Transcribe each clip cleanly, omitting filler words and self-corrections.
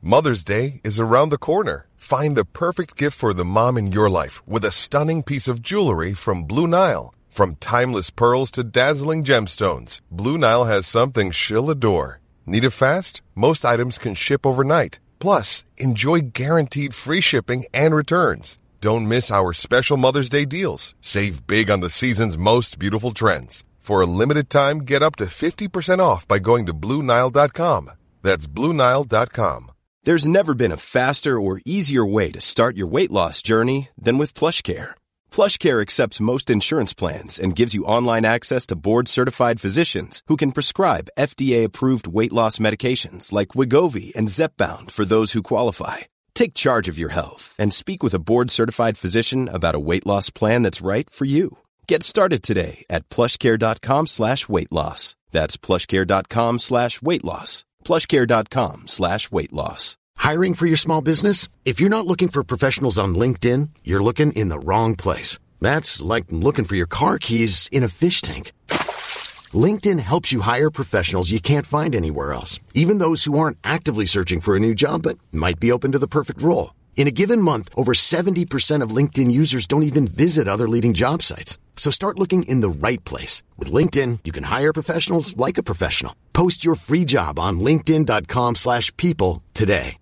Mother's Day is around the corner. Find the perfect gift for the mom in your life with a stunning piece of jewelry from Blue Nile. From timeless pearls to dazzling gemstones, Blue Nile has something she'll adore. Need it fast? Most items can ship overnight. Plus, enjoy guaranteed free shipping and returns. Don't miss our special Mother's Day deals. Save big on the season's most beautiful trends. For a limited time, get up to 50% off by going to BlueNile.com. That's BlueNile.com. There's never been a faster or easier way to start your weight loss journey than with PlushCare. PlushCare accepts most insurance plans and gives you online access to board-certified physicians who can prescribe FDA-approved weight loss medications like Wegovy and Zepbound for those who qualify. Take charge of your health and speak with a board-certified physician about a weight loss plan that's right for you. Get started today at plushcare.com/weightloss. That's plushcare.com/weightloss. plushcare.com/weightloss. Hiring for your small business? If you're not looking for professionals on LinkedIn, you're looking in the wrong place. That's like looking for your car keys in a fish tank. LinkedIn helps you hire professionals you can't find anywhere else, even those who aren't actively searching for a new job but might be open to the perfect role. In a given month, over 70% of LinkedIn users don't even visit other leading job sites. So start looking in the right place. With LinkedIn, you can hire professionals like a professional. Post your free job on linkedin.com/people today.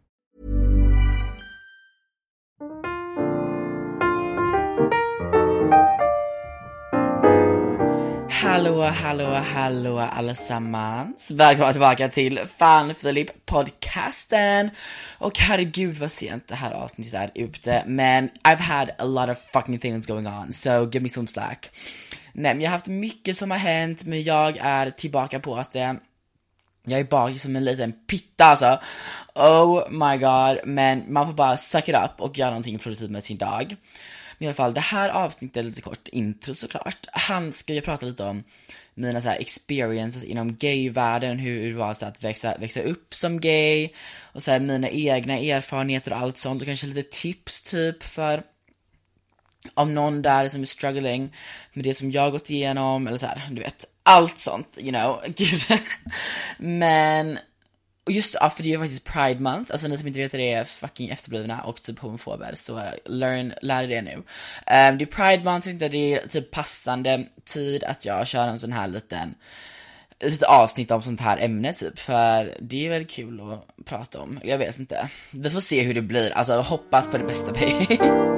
Hallå allesammans. Välkomna tillbaka till Fan Filip podcasten. Och herregud vad sent det här avsnittet är ute. Men I've had a lot of fucking things going on, so give me some slack. Nej, men jag har haft mycket som har hänt, men jag är tillbaka på att jag är bakis som en liten pitta alltså. Oh my god. Men man får bara suck it up och göra någonting produktivt med sin dag. Men i alla fall, det här avsnittet är lite kort intro såklart. Han ska ju prata lite om mina så här experiences inom gayvärlden, hur det var så att växa upp som gay och så här, mina egna erfarenheter och allt sånt, och kanske lite tips typ för om någon där som är struggling med det som jag har gått igenom, eller så här, du vet, allt sånt, you know. Gud. Men och just för det är faktiskt Pride Month. Alltså ni som inte vet det är fucking efterblivna och typ homofober. Så lär det nu. Det är Pride Month. Jag tyckte det är typ passande tid att jag kör en sån här lite avsnitt om sånt här ämne typ. För det är väldigt kul att prata om. Jag vet inte. Vi får se hur det blir. Alltså hoppas på det bästa, baby.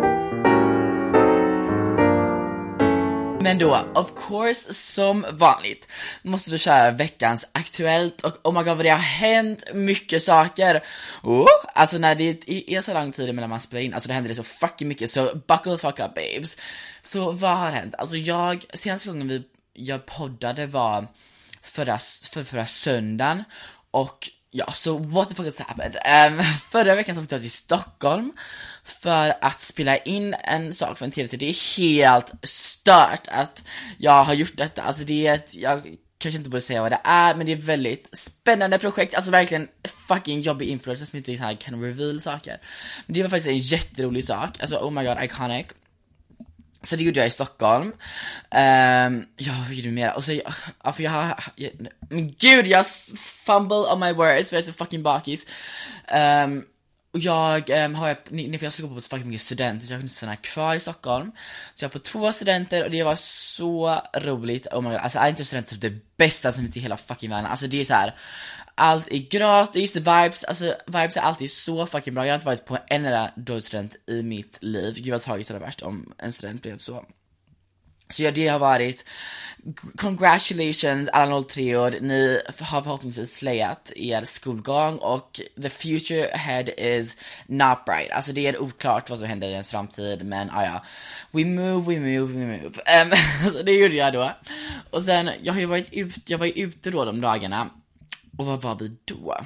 Men då, of course, som vanligt måste vi köra veckans Aktuellt. Och oh my god, vad det har hänt mycket saker. Alltså när det är så lång tid mellan man spelar in, alltså det händer så fucking mycket. Så buckle the fuck up, babes. Så vad har hänt? Alltså senaste gången jag poddade var förra söndagen. Och ja, så what the fuck has happened? Förra veckan så åkte jag till Stockholm för att spela in en sak för en tv-serie. Det är helt stört att jag har gjort detta. Alltså jag kanske inte borde säga vad det är, men det är väldigt spännande projekt. Alltså verkligen fucking jobbig influencer som inte så här kan reveal saker. Men det var faktiskt en jätterolig sak. Alltså oh my god, iconic. Så det gjorde jag i Stockholm. Vad gjorde du mer? Och så, men gud, jag fumble on my words, för jag är så fucking bakis. Och jag för jag skulle gå på så fucking mycket studenter, så jag kunde stanna kvar i Stockholm. Så jag var på 2 studenter och det var så roligt. Oh my god, alltså är inte studenter typ det bästa som finns i hela fucking världen. Alltså det är så här, allt är gratis, vibes är alltid så fucking bra. Jag har inte varit på en enda dålig student i mitt liv. Gud vad tragiskt det hade varit om en student blev så. Så ja, det har varit congratulations alla 03-år. Ni har förhoppningsvis slayat er skolgång och the future ahead is not bright. Alltså det är oklart vad som händer i ens framtid, men ja. We move. Så det gjorde jag då. Och sen, jag var ju ute då de dagarna. Och vad var vi då?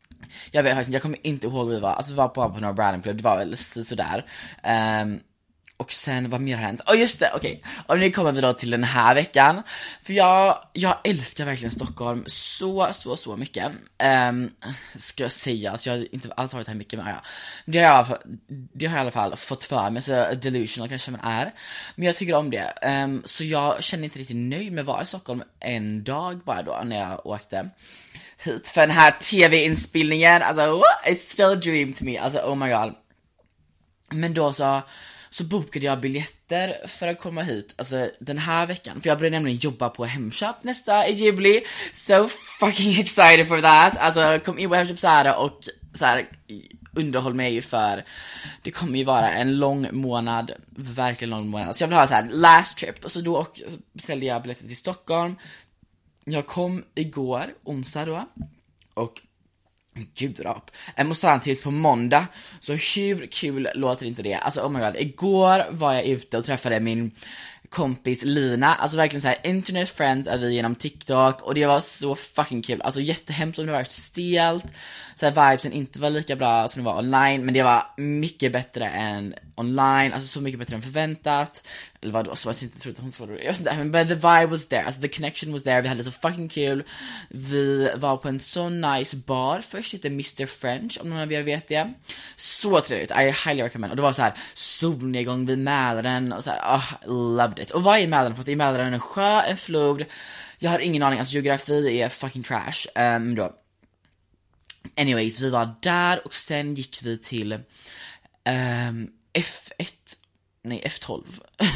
Jag kommer inte ihåg vad vi var. Alltså vi var på några random club. Det var väl sådär. Och sen, vad mer har hänt? Just det, okej. Och nu kommer vi då till den här veckan. För jag älskar verkligen Stockholm så mycket. Ska jag säga, alltså jag har inte alls varit här mycket, men det har jag i alla fall fått för mig. Så delusional kanske man är. Men jag tycker om det. Så jag känner inte riktigt nöjd med att vara i Stockholm en dag bara då, när jag åkte hit för den här tv-inspelningen. Alltså, it's still a dream to me. Alltså, oh my god. Men då så bokade jag biljetter för att komma hit, alltså den här veckan. För jag började nämligen jobba på Hemköp nästa i Ghibli. So fucking excited for that. Alltså kom in på Hemköp så här och så här underhåll mig, för det kommer ju vara en lång månad, verkligen lång månad. Så jag vill ha så här last trip. Och så då beställde jag biljetter till Stockholm. Jag kom igår, onsdag då. Och gud rap. Jag måste ha en tills på måndag. Så hur kul låter inte det? Alltså oh my god, igår var jag ute och träffade min kompis Lina. Alltså verkligen så här internet friends är vi genom TikTok. Och det var så fucking kul. Alltså jättehemskt om det var stelt. Så här vibesen inte var lika bra som det var online. Men det var mycket bättre än online. Alltså så mycket bättre än förväntat. Eller vad då, så jag inte trodde att hon skulle vara det. Men the vibe was there, alltså the connection was there. Vi hade så fucking kul. Vi var på en så nice bar. Först hette Mr. French, om någon av er vet det. Så trevligt, I highly recommend. Och det var så här solnedgång vid Mälaren. Och så här, loved it. Och vad är Mälaren? För att i Mälaren är en sjö, en flod. Jag har ingen aning, alltså geografi är fucking trash. Då. Anyways, vi var där och sen gick vi till F12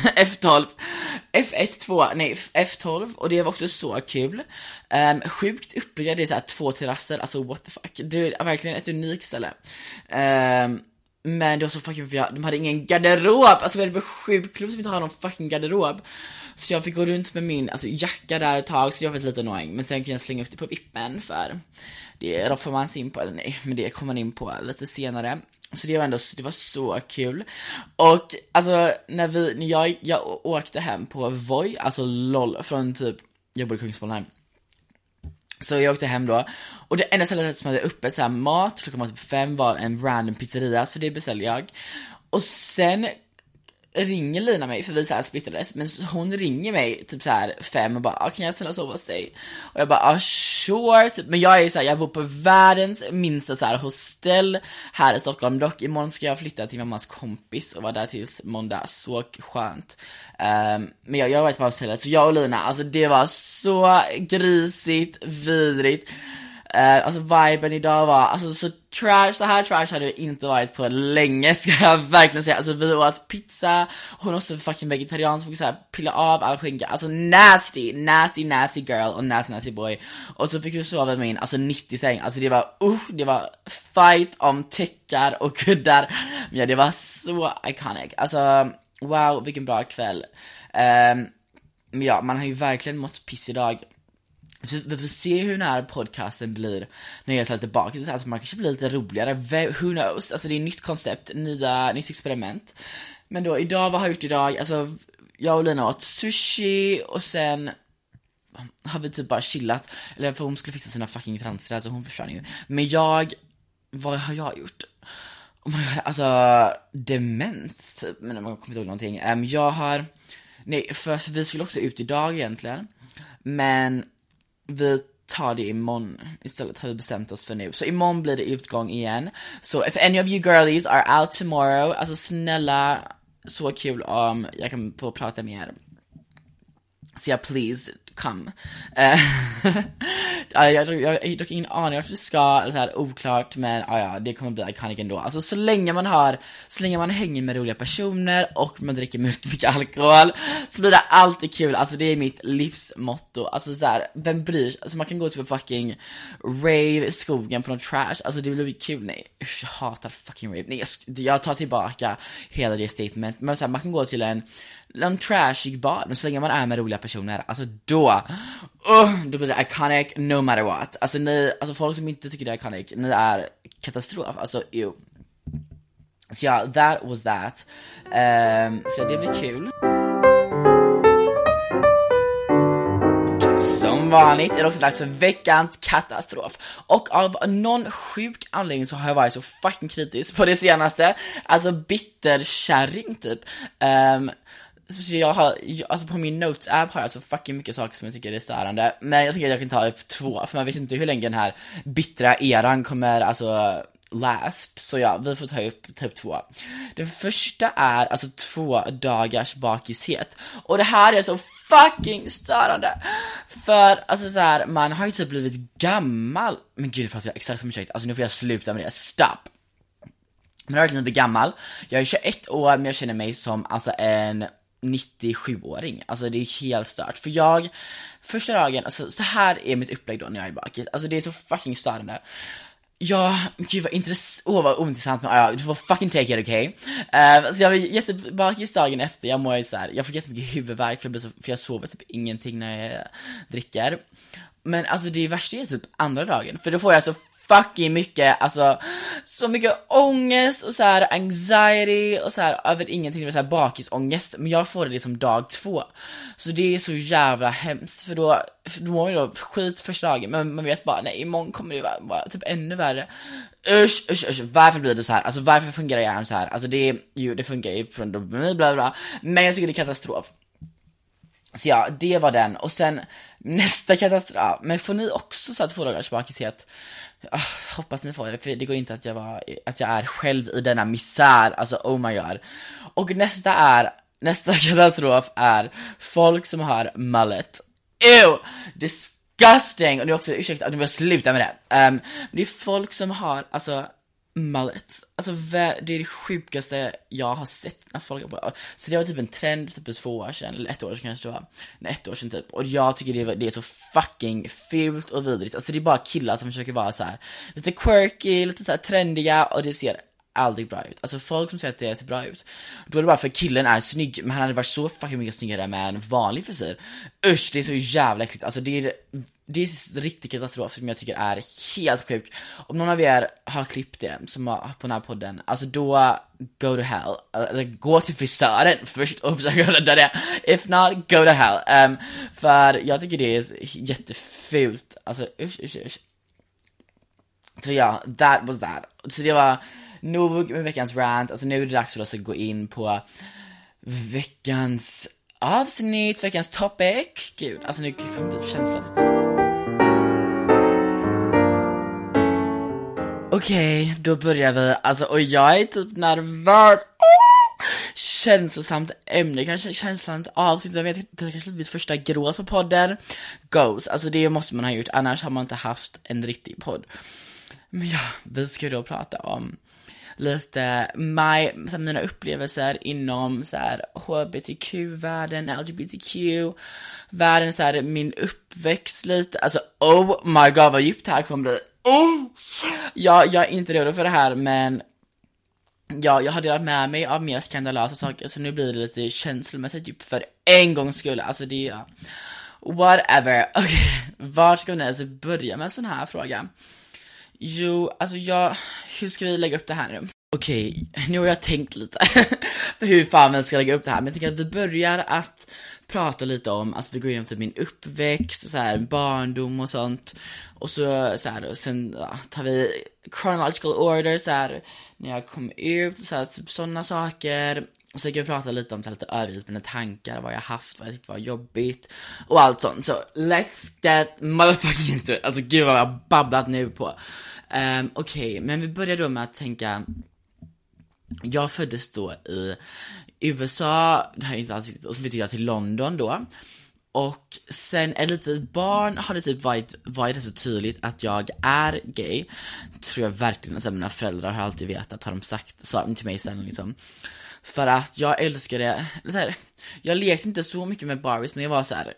F12 och det var också så kul. Sjukt uppbyggda, det är så här 2 terrasser, alltså what the fuck. Det är verkligen ett unikt ställe. Men det var så fucking, de hade ingen garderob. Alltså det var sjukt klubb som inte har någon fucking garderob. Så jag fick gå runt med min jacka där ett tag, så jag var lite annoying. Men sen kan jag slänga upp det på vippen, för det får man se in på, eller nej, men det kommer man in på lite senare. Så det var så kul. Och alltså när jag åkte hem på Voi, alltså LOL, från typ, jag bor i Kungsholmen. Så jag åkte hem då. Och det enda stället som hade öppet så här mat klockan typ 5 var en random pizzeria. Så det beställde jag. Och sen ringer Lina mig, för vi så här splittades. Men hon ringer mig typ så här 5 och bara, kan jag ställa sova hos dig? Och jag bara, sure typ. Men jag är så här, jag bor på världens minsta så här hostel här i Stockholm. Dock imorgon ska jag flytta till mammas kompis och vara där tills måndag. Så skönt. Men jag har varit på hostellet. Så jag och Lina, alltså det var så grisigt, vidrigt. Alltså viben idag var alltså så trash, så här trash hade jag inte varit på länge, ska jag verkligen säga. Alltså vi åt pizza, hon är också fucking vegetarian, så fick så här pilla av all skinka. Alltså nasty girl och nasty boy. Och så fick vi sova med min, alltså 90-säng. Alltså det var fight om täckar och kuddar. Men ja, det var så iconic. Alltså wow, vilken bra kväll. Men ja, man har ju verkligen mått piss idag. Vi får se hur den här podcasten blir när jag tar tillbaka. Alltså man kanske blir lite roligare. Who knows? Alltså det är ett nytt koncept, nytt experiment. Men då idag, vad har jag gjort idag? Alltså jag och Lina åt sushi och sen har vi typ bara chillat. Eller för hon skulle fixa sina fucking fransar, alltså hon försvann ju. Men vad har jag gjort? Oh my god, alltså dement typ. Men man kommer inte ihåg någonting. För vi skulle också ut idag egentligen. Men vi tar det imorgon. Istället har vi bestämt oss för nu. Så imorgon blir det utgång igen. So if any of you girlies are out tomorrow, alltså snälla, så kul om jag kan få prata med er. Så ja, please come. Jag har dock ingen aning vart vi ska, eller så här oklart, men ja, det kommer bli iconic ändå. Alltså så länge man hänger med roliga personer och man dricker mycket alkohol, så blir det alltid kul. Alltså det är mitt livsmotto. Alltså så här, vem bryr sig? Alltså man kan gå till en fucking rave i skogen på någon trash. Alltså det blir kul. Nej, jag hatar fucking rave. Nej, jag tar tillbaka hela det statement. Men så här, man kan gå till en trashig bar, men så länge man är med roliga personer, alltså då blir det iconic no matter what. Alltså folk som inte tycker det är iconic, ni är katastrof. Alltså så ja, that was that. Så det blir kul. Som som vanligt är det också dags för veckans katastrof. Och av någon sjuk anledning så har jag varit så fucking kritisk på det senaste. Alltså bitterkärring typ. Så jag har, alltså på min notes-app har jag så fucking mycket saker som jag tycker är störande. Men jag tänker att jag kan ta upp 2, för man vet inte hur länge den här bittra eran kommer alltså last. Så ja, vi får ta upp 2. Den första är alltså 2 dagars bakishet. Och det här är så fucking störande. För alltså så här, man har ju typ blivit gammal. Men gud, pratar jag exakt som ursäkt. Alltså nu får jag sluta med det, stop. Man har verkligen blivit gammal. Jag är 21 år, men jag känner mig som alltså en 97-åring. Alltså det är helt stört. För jag, första dagen, alltså så här är mitt upplägg då när jag är bakis. Alltså det är så fucking störande. Ja, gud vad vad ointressant. Men du får fucking take it, okay? Så jag blir jättebakis dagen efter. Jag mår så här, jag får jättemycket huvudvärk för jag sover typ ingenting när jag dricker. Men alltså det värsta är typ andra dagen. För då får jag så fucking mycket, alltså så mycket ångest och så här anxiety och så här över ingenting, det är så här bakisångest, men jag får det liksom dag 2. Så det är så jävla hemskt, för då mår jag då skit första dagen, men man vet bara, nej, imorgon kommer det vara typ ännu värre. Usch, varför blir det så här? Alltså varför fungerar hjärnan så här? Alltså det funkar ju på bla bla bla, men jag tycker det är katastrof. Så ja, det var den. Och sen nästa katastrof, men får ni också så här 2 dagars bakishet? Hoppas ni får det, för det går inte att jag är själv i denna misär. Alltså oh my god. Och nästa katastrof är folk som har mullet. Ew, disgusting. Och det är också, ursäkta att du vill sluta med det. Det är folk som har alltså mullet. Alltså det är det sjukaste jag har sett när folk har. Så det var typ en trend typ 2 år sedan, eller 1 år sedan kanske det var. Nej, 1 år sedan typ. Och jag tycker det är så fucking fult och vidrigt. Alltså det är bara killar som försöker vara så här lite quirky, lite så här trendiga, och det ser aldrig bra ut. Alltså folk som säger att det ser bra ut, då är det bara för killen är snygg, men han hade varit så fucking mycket snyggare med en vanlig frisyr. Usch, det är så jävla äckligt. Alltså det är riktigt katastrof som jag tycker är helt sjuk. Om någon av er har klippt det som har på den här podden, alltså då go to hell. Eller gå till frisören först och försöka rädda det. If not, go to hell. För jag tycker det är jättefult. Alltså usch. Så ja, that was that. Så det var nog med veckans rant. Alltså nu är det dags för oss att gå in på veckans avsnitt, veckans topic. Gud, alltså nu kommer det bli känsligt. Okej, då börjar vi. Alltså, och jag är typ nervös. Känslosamt ämne, kanske känslosamt avsnitt. Jag vet inte, det kanske blir mitt första gråt på podden. Goes, alltså det måste man ha gjort, annars har man inte haft en riktig podd. Men ja, vi ska då prata om lite mina upplevelser inom så här HBTQ-världen, LGBTQ-världen, så här min uppväxt lite. Alltså, oh my god, vad djupt det här kommer bli. Jag är inte redo för det här, men ja, jag har delat med mig av mer skandalösa saker, så nu blir det lite känslomässigt djupt för en gångs skull. Alltså det är whatever. Okej, var ska vi alltså börja med en sån här fråga? Jo, alltså hur ska vi lägga upp det här nu? Okej, nu har jag tänkt lite hur fan vi ska lägga upp det här. Men jag tänker att vi börjar att prata lite om, alltså vi går igenom typ min uppväxt och så här, barndom och sånt. Och så här, och sen tar vi chronological order, så här, när jag kom ut, så här, typ sådana saker. Och så kan vi prata lite om så här, lite övergripande tankar, vad jag haft, vad jag tyckte var jobbigt och allt sånt. Så let's get motherfucking into it. Alltså gud vad jag har babblat nu på. Okej, men vi börjar då med att tänka. Jag föddes då i USA, det här är inte alls viktigt, och så flyttade jag till London då. Och sen ett litet barn har det typ varit så tydligt att jag är gay. Tror jag verkligen, alltså mina föräldrar har alltid vetat, har de sa till mig sen liksom. För att jag älskade så här, jag lekte inte så mycket med Barbies, men jag var så här.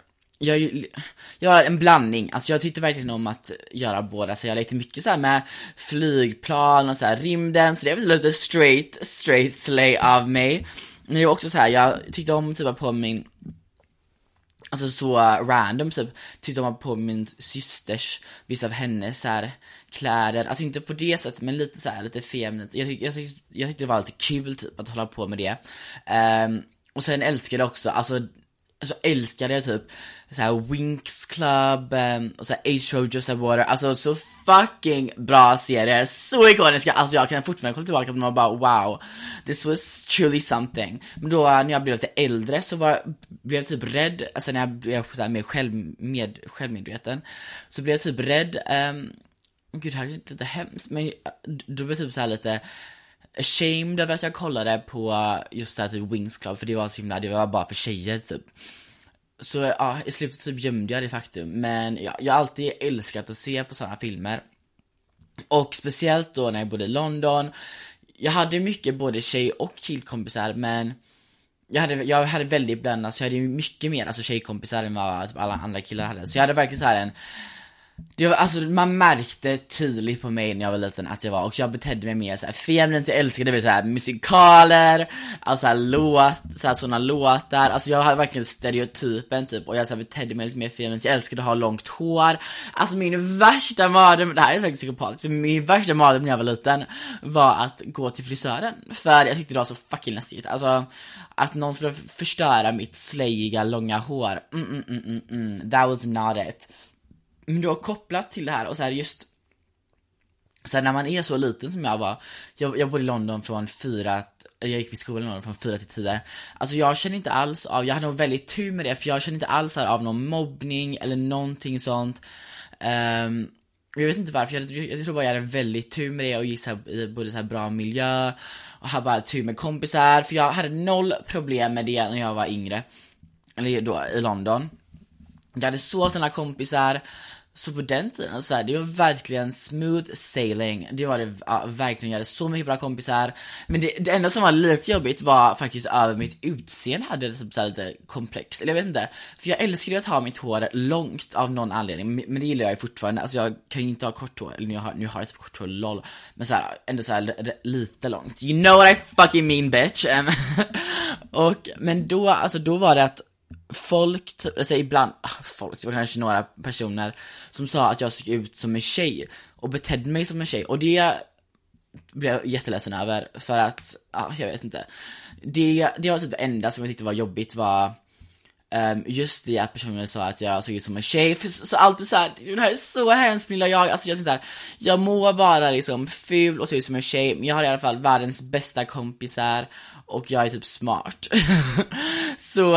Jag var en blandning. Alltså jag tyckte verkligen om att göra båda. Så jag lekte mycket så här med flygplan och så här rymden. Så det var lite straight slay av mig. Men det var också så här, jag tyckte om typ på min, alltså så random typ, tyckte om på min systers, vissa av hennes så här kläder. Alltså inte på det sättet, men lite så här, lite feminint. Jag tyckte det var lite kul typ att hålla på med det. Och sen älskade jag också, alltså alltså älskade jag typ så här Winx Club och så här Age of Just Water. Alltså så fucking bra serie, så ikoniska. Alltså jag kan fortfarande komma tillbaka på och bara wow, this was truly something. Men då när jag blev lite äldre så blev jag typ rädd. Alltså när jag blev så här mer självmedveten så blev jag typ rädd. Gud, det här är lite hemskt, men då blev jag typ så här lite ashamed över att jag kollade på just det här typ Winx Club, för det var bara för tjejer typ. Så ja, i slutet typ gömde jag det faktum. Men jag har alltid älskat att se på sådana filmer. Och speciellt då när jag bodde i London. Jag hade mycket både tjej- och killkompisar, men jag hade väldigt blandat, så jag hade mycket mer alltså tjejkompisar än vad typ alla andra killar hade. Så jag hade verkligen så här alltså man märkte tydligt på mig när jag var liten att jag var, och jag betedde mig mer så här feminint. Jag älskade så här musikaler, alltså såna låtar. Alltså jag har verkligen stereotypen typ, och jag så här betedde mig lite mer feminint. Jag älskade att ha långt hår. Alltså min värsta mardröm, det här är säkert psykopatiskt, men min värsta mardröm när jag var liten var att gå till frisören, för jag tyckte det var så fucking läskigt. Alltså att någon skulle förstöra mitt slayiga långa hår. That was not it. Men då kopplat till det här, och så här just så här, när man är så liten som jag var. Jag bodde i London jag gick i skolan i London från 4 till 10. Alltså jag känner inte alls av, jag hade nog väldigt tur med det, för jag känner inte alls av någon mobbning eller någonting sånt. Jag vet inte varför, jag tror bara jag hade väldigt tur med det, och gick så här, både så här bra miljö och hade bara tur med kompisar, för jag hade noll problem med det när jag var yngre, eller då i London. Jag hade så såna kompisar. Så på den tiden så här, det var verkligen smooth sailing. Det var det verkligen, jag hade så mycket bra kompisar. Men det enda som var lite jobbigt var faktiskt över mitt utseende hade typ så här lite komplex. Eller jag vet inte, för jag älskade att ha mitt hår långt av någon anledning. Men det gillar jag fortfarande. Alltså jag kan ju inte ha kort hår, eller nu har jag typ kort hår, lol. Men så här, ändå så här lite långt. You know what I fucking mean, bitch. Men då var det att folk, alltså ibland det var kanske några personer som sa att jag såg ut som en tjej och betedde mig som en tjej, och det blev jag jätteledsen över, för att jag vet inte, det var typ det enda som jag tyckte var jobbigt, var just det att personer sa att jag såg ut som en tjej. Så alltid så här, det här är så hemskt, lilla jag. Alltså jag tänkte så här, jag må vara liksom ful och se ut som en tjej, men jag har i alla fall världens bästa kompisar, och jag är typ smart. Så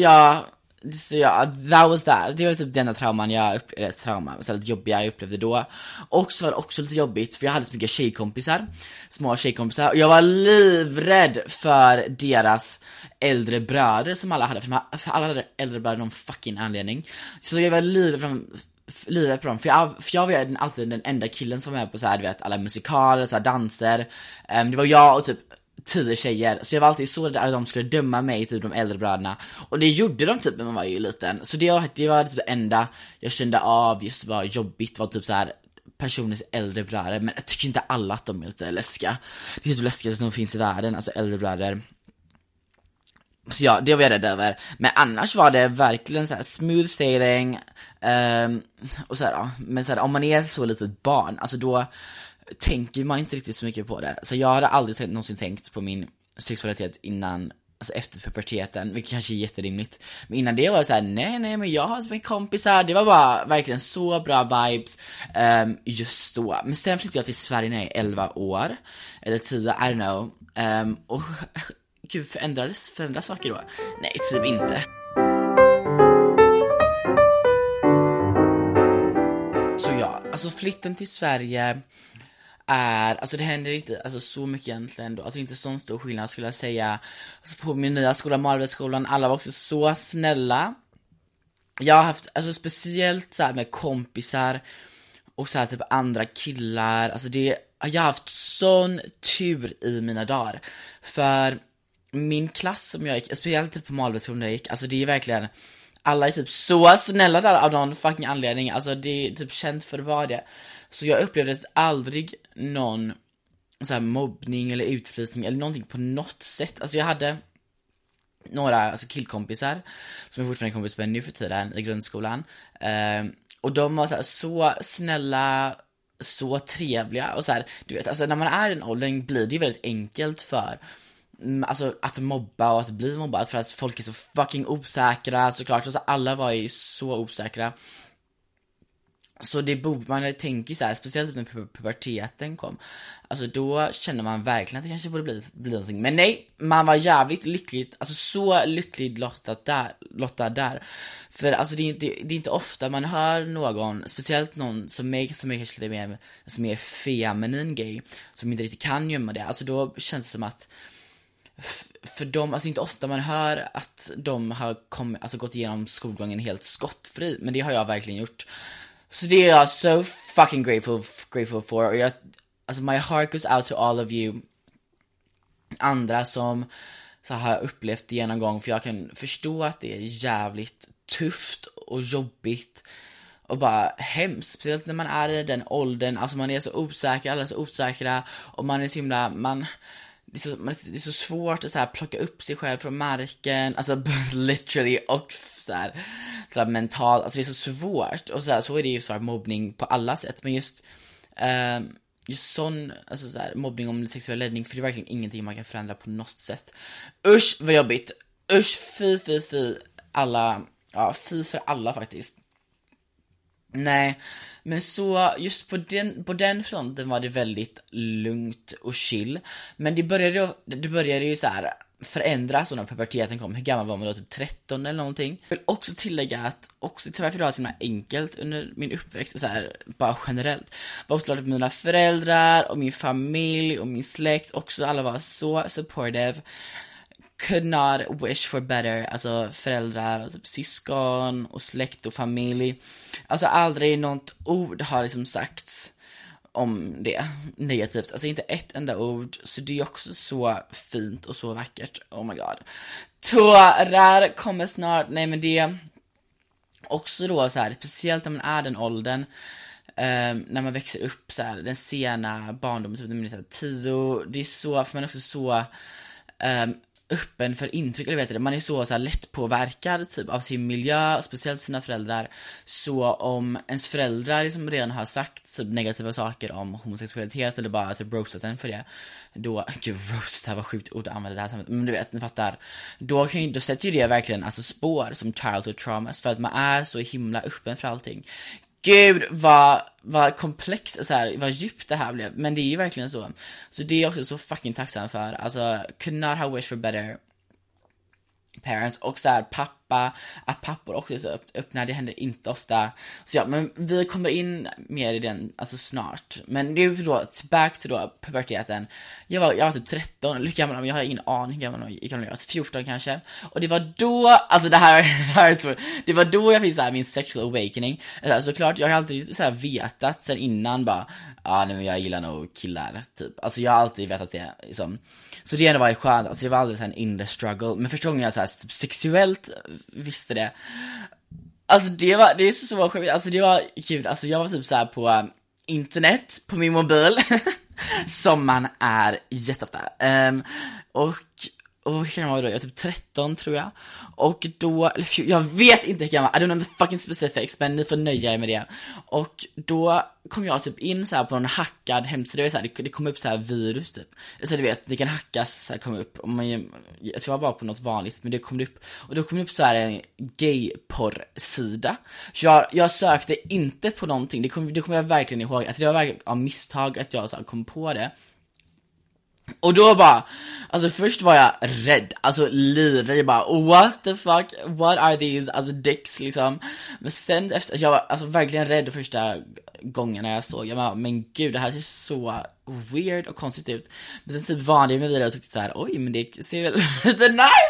that was that. Det var typ denna så lite jobbiga jag upplevde då. Och så var det också lite jobbigt, för jag hade så mycket små tjejkompisar, och jag var livrädd för deras äldre bröder som alla hade, för alla hade äldre bröder någon fucking anledning. Så jag var livrädd på dem, för jag var alltid den enda killen som var med på så här, du vet, alla musikaler, så här danser. Det var jag och typ 10 tjejer, så jag var alltid så att de skulle döma mig, typ de äldre bröderna. Och det gjorde de typ när man var ju liten. Så det var typ det enda jag kände av just var jobbigt, var typ så här personers äldre bröder. Men jag tycker inte alla att de är lite läskiga. Det är typ läskigast som finns i världen, alltså äldre bröder. Så ja, det var jag rädd över. Men annars var det verkligen så här smooth sailing. Och så här, ja. Men så här, om man är så litet barn, alltså då tänker man inte riktigt så mycket på det. Så jag hade aldrig någonsin tänkt på min sexualitet innan, alltså efter puberteten, vilket kanske är jätterimligt. Men innan det var det så här, nej, men jag har som en kompis här. Det var bara verkligen så bra vibes. Just så. Men sen flyttade jag till Sverige när jag är 11 år. Eller 10, I don't know. Och gud, förändras saker då? Nej, typ inte. Så ja, alltså flytten till Sverige alltså det händer inte alltså så mycket egentligen då. Alltså inte så stor skillnad skulle jag säga. Alltså på min nya skola, Marvelskolan, alla var också så snälla. Jag har haft, alltså speciellt så här med kompisar och så här typ andra killar. Alltså jag har haft sån tur i mina dagar. För min klass som jag gick, speciellt typ på Marvelskolan jag gick, alltså det är verkligen, alla är typ så snälla där av någon fucking anledning. Alltså det är typ känt för vad det. Så jag upplevde aldrig någon så här mobbning eller utfrysning eller någonting på något sätt. Alltså jag hade några killkompisar som jag fortfarande är kompis med nu för tiden i grundskolan. Och de var så snälla, så trevliga och så här, du vet, alltså när man är i den åldern blir det ju väldigt enkelt för alltså att mobba och att bli mobbad, för att folk är så fucking osäkra såklart, och så alla var ju så osäkra. Så det borde man tänker så här, speciellt när puberteten kom. Alltså då känner man verkligen att det kanske borde bli någonting. Men nej, man var jävligt lyckligt, alltså så lyckligt lottad där. För alltså det är inte ofta man hör någon, speciellt någon som är kanske lite mer, som är feminin gay, som inte riktigt kan gömma det. Alltså då känns det som att för dem, alltså inte ofta man hör att de har gått igenom skolgången helt skottfri, men det har jag verkligen gjort. Så det är jag so fucking grateful for. Och alltså my heart goes out to all of you andra som så har upplevt det genomgång, för jag kan förstå att det är jävligt tufft och jobbigt och bara hemskt, speciellt när man är i den åldern. Alltså man är så osäker, alla är så osäkra, och man är så himla, det är så svårt att så här plocka upp sig själv från marken, alltså literally, och så här mentalt, alltså det är så svårt, och så är det ju så här mobbning på alla sätt, men just sån, alltså så här mobbning om sexuell läggning, för det är verkligen ingenting man kan förändra på något sätt. Usch vad jobbigt, usch, fy alla, ja, fy för alla faktiskt. Nej, men så just på den fronten var det väldigt lugnt och chill. Men det började ju så här förändras när puberteten kom. Hur gammal var man då? Typ 13 eller någonting. Jag vill också tillägga att också tyvärr, för det var så himla enkelt under min uppväxt, så här, bara generellt. Var också glad på mina föräldrar och min familj och min släkt också. Alla var så supportive. Could not wish for better. Alltså föräldrar, alltså syskon och släkt och familj. Alltså aldrig något ord har liksom sagts om det negativt. Alltså inte ett enda ord. Så det är också så fint och så vackert. Oh my god. Tårar kommer snart. Nej, men det är också då så här, speciellt när man är den åldern, när man växer upp så här, den sena barndomen, typ när man är 10. Det är så, för man är också så öppen för intryck, eller vet du, man är så här lätt påverkad typ av sin miljö, speciellt sina föräldrar. Så om ens föräldrar liksom redan har sagt typ negativa saker om homosexualitet, eller bara typ roastat en för det, då, gud, roast, det här var sjukt ord att använda det här samtidigt, men du vet, ni fattar. Då sätter ju det verkligen alltså spår som childhood traumas, för att man är så himla öppen för allting. Gud, vad komplext, så här, vad djupt det här blev. Men det är ju verkligen så. Så det är jag också så fucking tacksam för. Alltså, could not have wished for better parents. Och så här, att pappor också är så öppna, det händer inte ofta. Så ja, men vi kommer in mer i den, alltså snart. Men nu då, back to då puberteten. Jag var typ 13, eller hur gammal var jag? har ingen aning hur gammal jag var, 14 kanske. Och det var då, alltså det här är svårt. Det var då jag fick så här min sexual awakening. Alltså, såklart, jag har alltid så här vetat sen innan bara, nej, men jag gillar nog killar typ. Alltså jag har alltid vetat det liksom. Så det ändå var skönt, alltså det var aldrig så här in the struggle. Men första gången jag så här typ sexuellt visste det, alltså det är så sjukt. Alltså det var kul, alltså jag var typ så här på internet på min mobil som man är jätteofta, och hur kan man vara då? Jag är typ 13 tror jag. Och då, eller jag vet inte hur gammal, I don't know the fucking specifics, men ni får nöja er med det. Och då kom jag typ in så här på en hackad hemsida, så här, det kom upp så här virus typ. Så du vet, det kan hackas, så här, kom upp. Och så jag var bara på något vanligt, men det kom upp. Och då kom det upp så här en gay-porr-sida. Så jag sökte inte på någonting, det kommer jag verkligen ihåg. Alltså det var verkligen av misstag att jag så här, kom på det. Och då bara, alltså först var jag rädd, alltså livrädd, jag bara, what the fuck, what are these, alltså dicks liksom. Men sen efter, jag var alltså verkligen rädd första gången när jag såg, jag bara, men gud, det här ser så weird och konstigt ut. Men sen typ vanligt med vidare och tyckte så här, oj, men det ser väl lite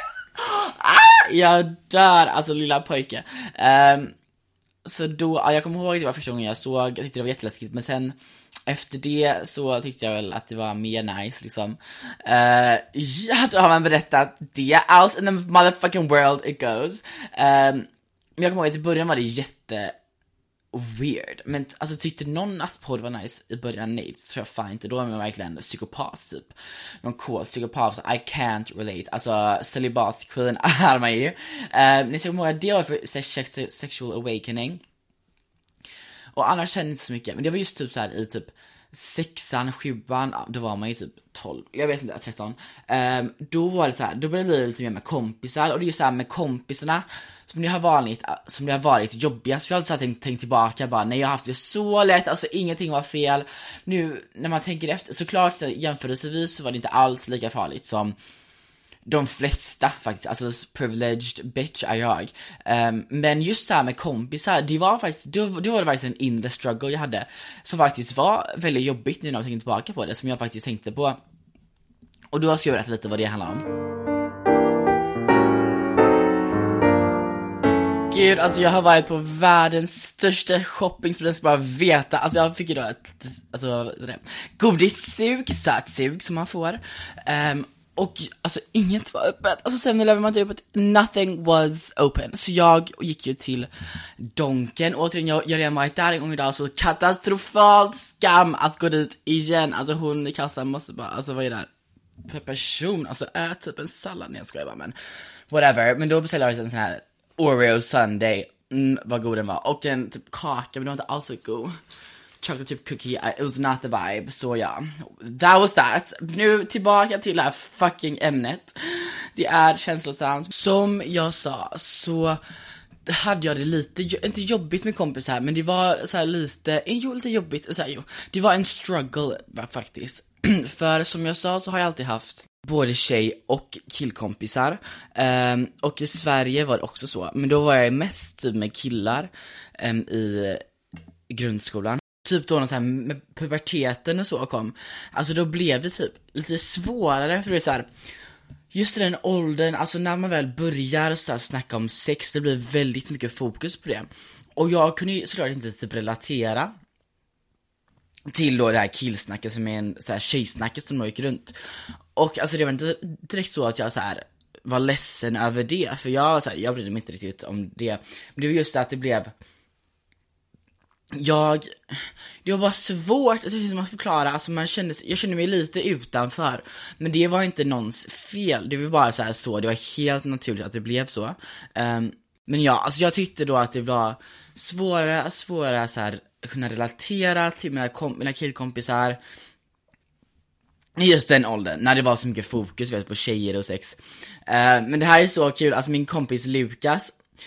nice. Jag dör, alltså lilla pojke. Så då, jag kommer ihåg det var första gången jag såg, jag tyckte det var jätteläskigt, men sen efter det så tyckte jag väl att det var mer nice liksom. Ja, då har man berättat det. Out in the motherfucking world it goes. Men jag kommer ihåg att i början var det jätte weird. Men alltså tyckte någon att porr var nice i början? Nej, det tror jag fan inte. Då är man verkligen psykopat typ. Någon cool psykopat, så I can't relate. Alltså celibat queen är man ju. Men jag kommer ihåg att det var för sexual awakening. Och annars kände jag inte så mycket. Men det var just typ så här i typ 6:an, 7:an, då var man ju typ 12, jag vet inte, 13. Då var det så här, då började det bli lite mer med kompisar. Och det är ju så här med kompisarna som det har varit jobbigast. För jag har alltid tänkt tillbaka bara, nej, jag har haft det så lätt, alltså ingenting var fel. Nu när man tänker efter, såklart så jämförelsevis så var det inte alls lika farligt som de flesta faktiskt, alltså privileged bitch är jag. Men just så här med kompisar, det var faktiskt, då var det faktiskt en inre struggle jag hade, som faktiskt var väldigt jobbigt nu när jag tänker tillbaka på det, som jag faktiskt tänkte på. Och då ska jag berätta lite vad det handlar om. Gud, alltså jag har varit på världens största shopping, som den ska bara veta. Alltså jag fick ju då godissug, sötsug som man får. Och alltså inget var öppet. Alltså 7-Eleven var inte öppet. Nothing was open. Så jag gick ju till Donken. Återigen, jag redan varit där en gång idag. Så katastrofalt skam att gå dit igen. Alltså hon i kassan måste bara, alltså vad är det här för person? Alltså typ en sallad. Nej, jag skojar bara, men whatever. Men då beställde jag en sån här Oreo Sundae. Vad god den var. Och en typ kaka, men den var inte alls så god. Chocolate chip cookie, it was not the vibe. Så ja, that was that. Nu tillbaka till det här fucking ämnet. Det är känslosamt. Som jag sa så hade jag det lite, inte jobbigt med kompisar, men det var så här lite jobbigt. Så här, det var en struggle faktiskt. För som jag sa så har jag alltid haft både tjej- och killkompisar. Och i Sverige var det också så. Men då var jag mest typ med killar i grundskolan. Typ då när så här med puberteten och så kom. Alltså då blev det typ lite svårare. För det är så här, just i den åldern, alltså när man väl börjar så här snacka om sex, det blir väldigt mycket fokus på det. Och jag kunde ju såklart inte typ relatera till då det här killsnacket som är en så här tjejsnacket som då gick runt. Och alltså det var inte direkt så att jag så här var ledsen över det, för jag brydde mig inte riktigt om det. Men det var just det att det blev, det var bara svårt, alltså, hur ska man förklara, alltså jag kände mig lite utanför, men det var inte någons fel, det var bara så det var helt naturligt att det blev så. Men ja, alltså jag tyckte då att det var svårare så här kunna relatera till mina killkompisar i just den åldern, när det var så mycket fokus på tjejer och sex. Men det här är så kul, alltså min kompis Lukas,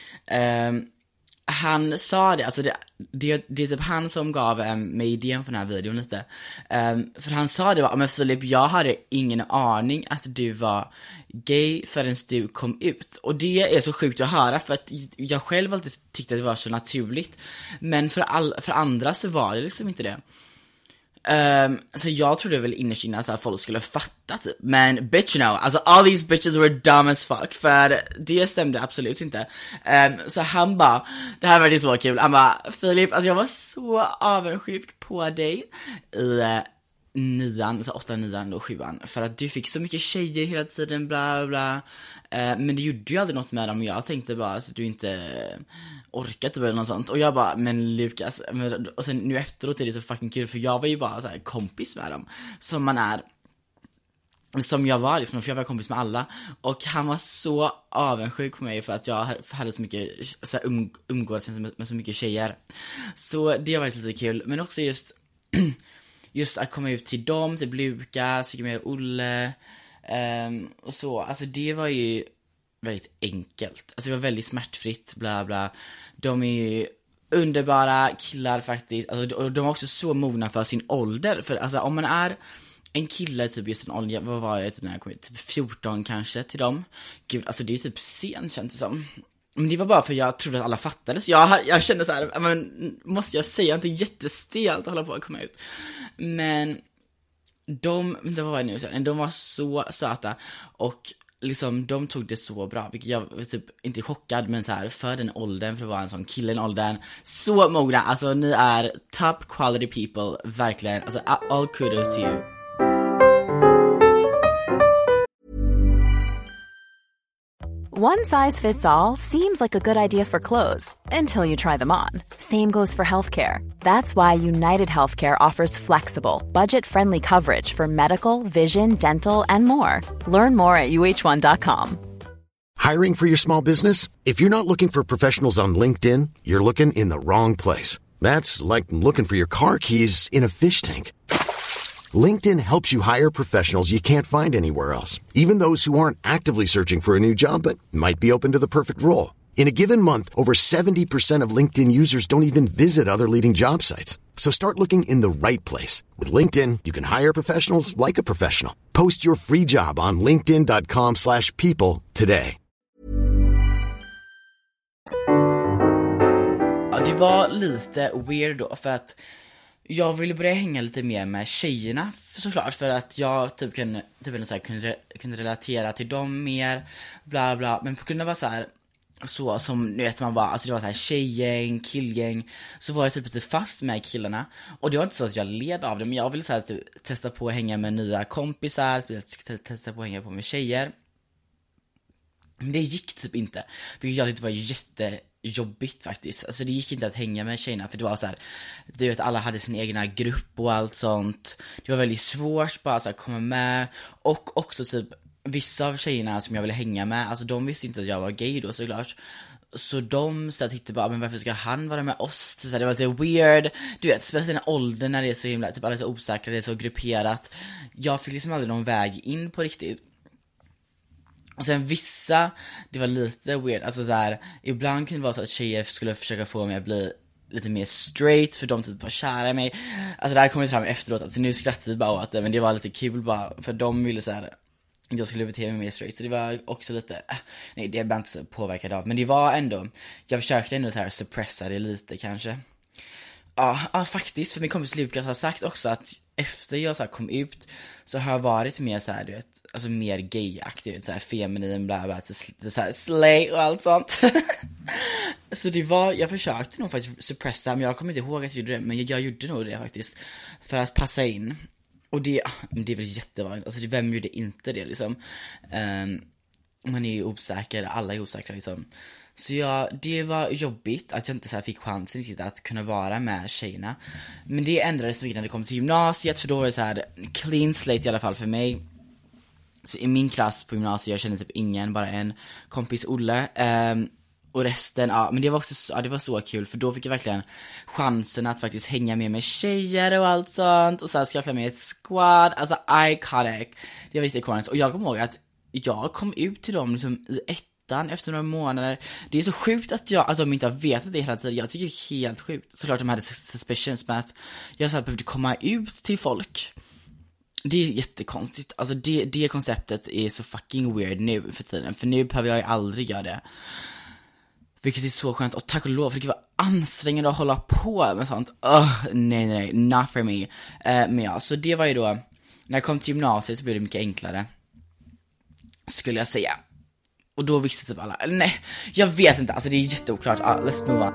han sa det, alltså det är typ han som gav mig idén för den här videon lite. För han sa det var, men Filip, jag hade ingen aning att du var gay förrän du kom ut. Och det är så sjukt att höra, för att jag själv alltid tyckte att det var så naturligt. Men för andra så var det liksom inte det. Så jag trodde väl innerst inne att folk skulle fatta typ. Men bitch no, alltså all these bitches were dumb as fuck. För det stämde absolut inte. Så han bara, det här var det så kul. Han bara, Filip, alltså jag var så avundsjuk på dig i 9:an, alltså 8, 9 och 7:an, för att du fick så mycket tjejer hela tiden, bla bla. Men du gjorde ju aldrig något med dem. Jag tänkte bara att du inte orkat typ eller något sånt. Och jag bara, men Lukas, och sen nu efteråt är det så fucking kul, för jag var ju bara så här kompis med dem, som jag var liksom, för jag var kompis med alla. Och han var så avundsjuk på mig för att jag hade så mycket så här, umgås med så mycket tjejer. Så det var lite kul. Men också just att komma ut till dem, till Lukas, fick med Olle och så. Alltså det var ju väldigt enkelt. Alltså det var väldigt smärtfritt, bla bla. De är ju underbara killar faktiskt. Alltså, och de var också så mogna för sin ålder. För alltså om man är en kille typ just en ålder, vad var jag typ när jag kom ut? Typ 14 kanske till dem. Gud, alltså det är typ sent, känns det som. Men det var bara för jag trodde att alla fattade. Så jag kände så här, men måste jag säga inte jättestelt att hålla på att komma ut. Men de var så söta. Och liksom de tog det så bra, vilket jag var typ inte chockad, men så här för den åldern, för att vara en sån kille i den åldern, så mogna. Alltså ni är top quality people, verkligen. Alltså all kudos to you. One size fits all seems like a good idea for clothes until you try them on. Same goes for healthcare. That's why United Healthcare offers flexible, budget-friendly coverage for medical, vision, dental, and more. Learn more at uh1.com. Hiring for your small business? If you're not looking for professionals on LinkedIn, you're looking in the wrong place. That's like looking for your car keys in a fish tank. LinkedIn helps you hire professionals you can't find anywhere else, even those who aren't actively searching for a new job but might be open to the perfect role. In a given month, over 70% of LinkedIn users don't even visit other leading job sites. So start looking in the right place. With LinkedIn, you can hire professionals like a professional. Post your free job on linkedin.com/people today. Ja, det var lite weird då, för att jag ville börja hänga lite mer med tjejerna, såklart, för att jag typ kunde relatera till dem mer, bla bla, men på grund av så här, så som ni vet man var, alltså det var så här tjejgäng, killgäng, så var jag typ lite fast med killarna, och det var inte så att jag led av det, men jag ville så här, typ, testa på att hänga med nya kompisar, testa på att hänga på med tjejer. Men det gick typ inte, vilket jag tyckte var jättejobbigt faktiskt. Alltså det gick inte att hänga med tjejerna, för det var så här, du vet, alla hade sin egna grupp och allt sånt. Det var väldigt svårt bara så här, komma med. Och också typ vissa av tjejerna som jag ville hänga med, alltså de visste inte att jag var gay då, såklart. Så de så tyckte bara, men varför ska han vara med oss? Så det var lite weird. Du vet, speciellt i den åldern när det är så himla, typ alla är så osäkra, det är så grupperat. Jag fick liksom aldrig någon väg in på riktigt. Och sen vissa, det var lite weird, alltså så här, ibland kunde det vara så att tjejer skulle försöka få mig att bli lite mer straight, för de typ var kära i mig. Alltså det här kom fram efteråt, alltså nu skrattar vi bara åt det, men det var lite kul bara, för de ville så här, jag skulle bete mig mer straight, så det var också lite, nej det är bara inte så påverkad av, men det var ändå, jag försökte ändå så här suppressa det lite kanske. Ja, faktiskt, för min kompis Lukas har sagt också att efter jag så här kom ut så har jag varit mer så här, du vet, alltså mer gay-aktiv, så här feminin, bla bla, så här slay och allt sånt. Så det var, jag försökte nog faktiskt suppressa, men jag kommer inte ihåg att jag gjorde det, men jag gjorde nog det faktiskt för att passa in. Och det är väl jättevanligt, alltså vem gjorde inte det liksom? Man är ju osäker, alla är osäkra liksom. Så ja, det var jobbigt att jag inte så här fick chansen riktigt att kunna vara med tjejerna. Men det ändrades mycket när vi kom till gymnasiet, för då var det så här clean slate i alla fall för mig. Så i min klass på gymnasiet, jag kände typ ingen, bara en kompis, Olle. Och resten, ja, men det var också, ja, det var så kul, för då fick jag verkligen chansen att faktiskt hänga med tjejer och allt sånt, och så här skaffa mig ett squad, alltså iconic. Det var riktigt iconic, och jag kommer ihåg att jag kom ut till dem liksom i efter några månader. Det är så sjukt att de inte har vetat det hela tiden. Jag tycker det är helt sjukt. Såklart de hade suspicions med att jag så här behövde komma ut till folk. Det är jättekonstigt. Alltså det konceptet är så fucking weird nu för tiden. För nu behöver jag aldrig göra det. Vilket är så skönt. Och tack och lov, för det var ansträngande att hålla på med sånt. Nej, not for me. Men ja, så det var ju då, när jag kom till gymnasiet så blev det mycket enklare, skulle jag säga. Och då visste typ alla, nej, jag vet inte, alltså det är jätteoklart. Let's move on.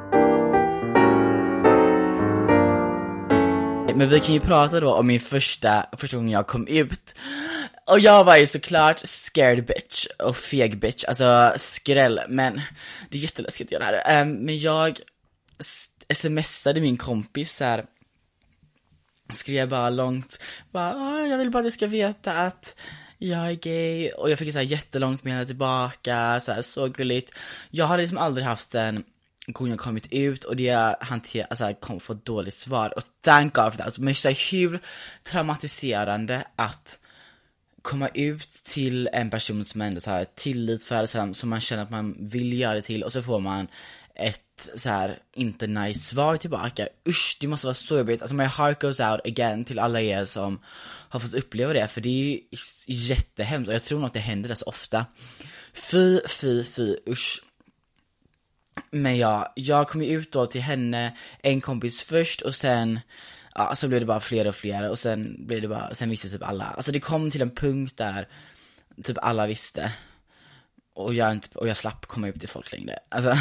Men vi kan ju prata då om min första gången jag kom ut. Och jag var ju såklart scared bitch och feg bitch, alltså skräll. Men det är jätteläskigt att göra det här. Men jag smsade min kompis så här, skrev bara långt, bara, jag vill bara att du ska veta att jag är gay. Och jag fick så här jättelångt med henne tillbaka, så gulligt. Jag hade liksom aldrig haft en gång jag kommit ut, och det kom få ett dåligt svar. Och thank God för det. Alltså, men så här, hur traumatiserande att komma ut till en person som ändå så här tillit för, som man känner att man vill göra det till, och så får man ett så här inte nice svar tillbaka. Usch, det måste vara så jobbigt. Alltså my heart goes out again till alla er som har fått uppleva det, för det är ju jättehemskt, och jag tror nog att det händer det så ofta. Fy, usch. Men ja, jag kom ju ut då till henne, en kompis först, och sen så blev det bara fler och fler, och sen visste typ alla. Alltså det kom till en punkt där typ alla visste, och jag slapp komma ut till folk längre. Alltså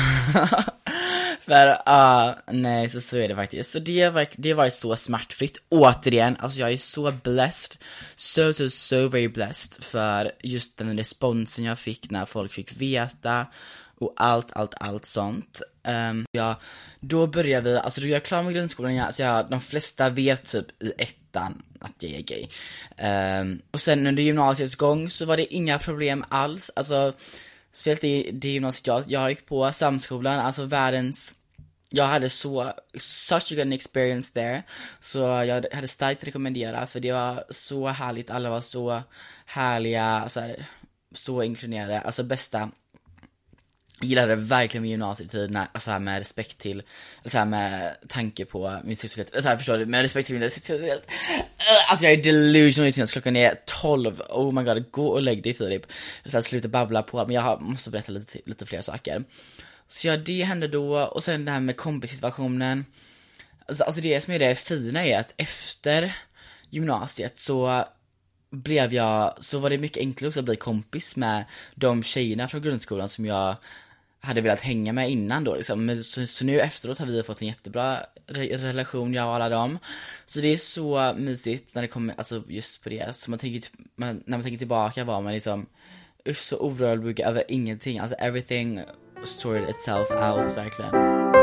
för nej, så är det faktiskt. Så det var ju så smärtfritt. Återigen, alltså jag är så blessed, so very blessed för just den responsen jag fick när folk fick veta, och allt sånt. Ja, då började vi, alltså då jag är klar med grundskolan, så de flesta vet typ i ettan att jag är gay. Och sen under gymnasiets gång så var det inga problem alls. Alltså speciellt i det gymnasiet jag gick på, Samskolan, alltså världens jag hade such a good experience there. Så jag hade starkt rekommendera, för det var så härligt. Alla var så härliga, så inkluderade. Alltså bästa. Jag gillade verkligen min gymnasietid, alltså med respekt till, alltså med tanke på min sexualitet, alltså förstår du, med respekt till min sexualitet. Alltså jag är delusional sen, klockan är 12. Oh my god, gå och lägg dig, Filip. Så sluta babbla på, men jag måste berätta lite fler saker. Så ja, det hände då, och sen det här med kompissituationen. Alltså det som är det fina är att efter gymnasiet så var det mycket enklare också att bli kompis med de tjejerna från grundskolan som jag hade velat hänga med innan då liksom. Men så nu efteråt har vi fått en jättebra relation, jag och alla dem. Så det är så mysigt när det kommer, alltså just på det. Så när man tänker tillbaka var man liksom så orolig över ingenting. Alltså everything sorted itself out, verkligen.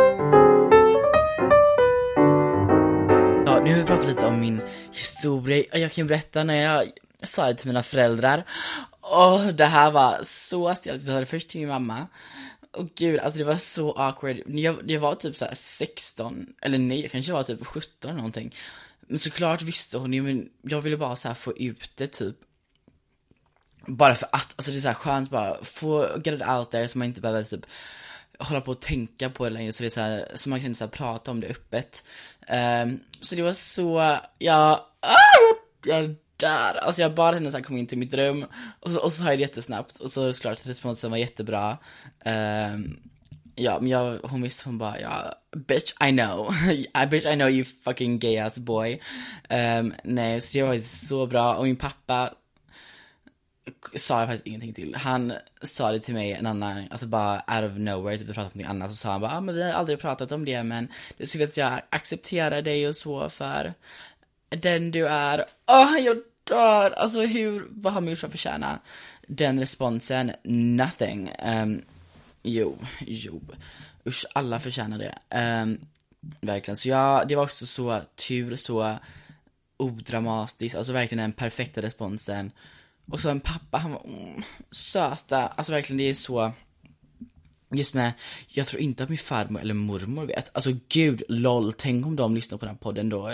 Ja, nu har vi pratat lite om min historia. Jag kan berätta när jag sa det till mina föräldrar. Det här var så stelt. Jag sa det först till min mamma. Och gud, alltså det var så awkward. Jag var typ så här 16, eller nej, jag kanske var typ 17 eller någonting. Men såklart visste hon ju, men jag ville bara så här få ut det typ. Bara för att, alltså det är så här skönt bara få get it out there, så man inte behöver typ hålla på och tänka på det längre, så det är så här, så man kan så här prata om det öppet. Så det var så, jag där, alltså jag bara henne så här kom in till mitt rum, och så har jag det jättesnabbt, och så såklart att responsen var jättebra. Ja, men hon bara, ja, bitch I know you fucking gay ass boy. Nej, så det var så bra, och min pappa sa jag faktiskt ingenting till. Han sa det till mig en annan, alltså bara out of nowhere, typ vi pratade om något annat, och så sa han bara, men vi har aldrig pratat om det, men du ser att jag accepterar dig och så för den du är. Jag dör. Alltså vad har man gjort för att förtjäna den responsen? Nothing. Jo. Usch, alla förtjänar det. Verkligen. Så det var också så tur, så odramatiskt. Alltså verkligen den perfekta responsen. Och så en pappa, han var söta. Alltså verkligen, det är så. Just med, jag tror inte att min farmor eller mormor vet. Alltså gud, lol, tänk om de lyssnar på den här podden då.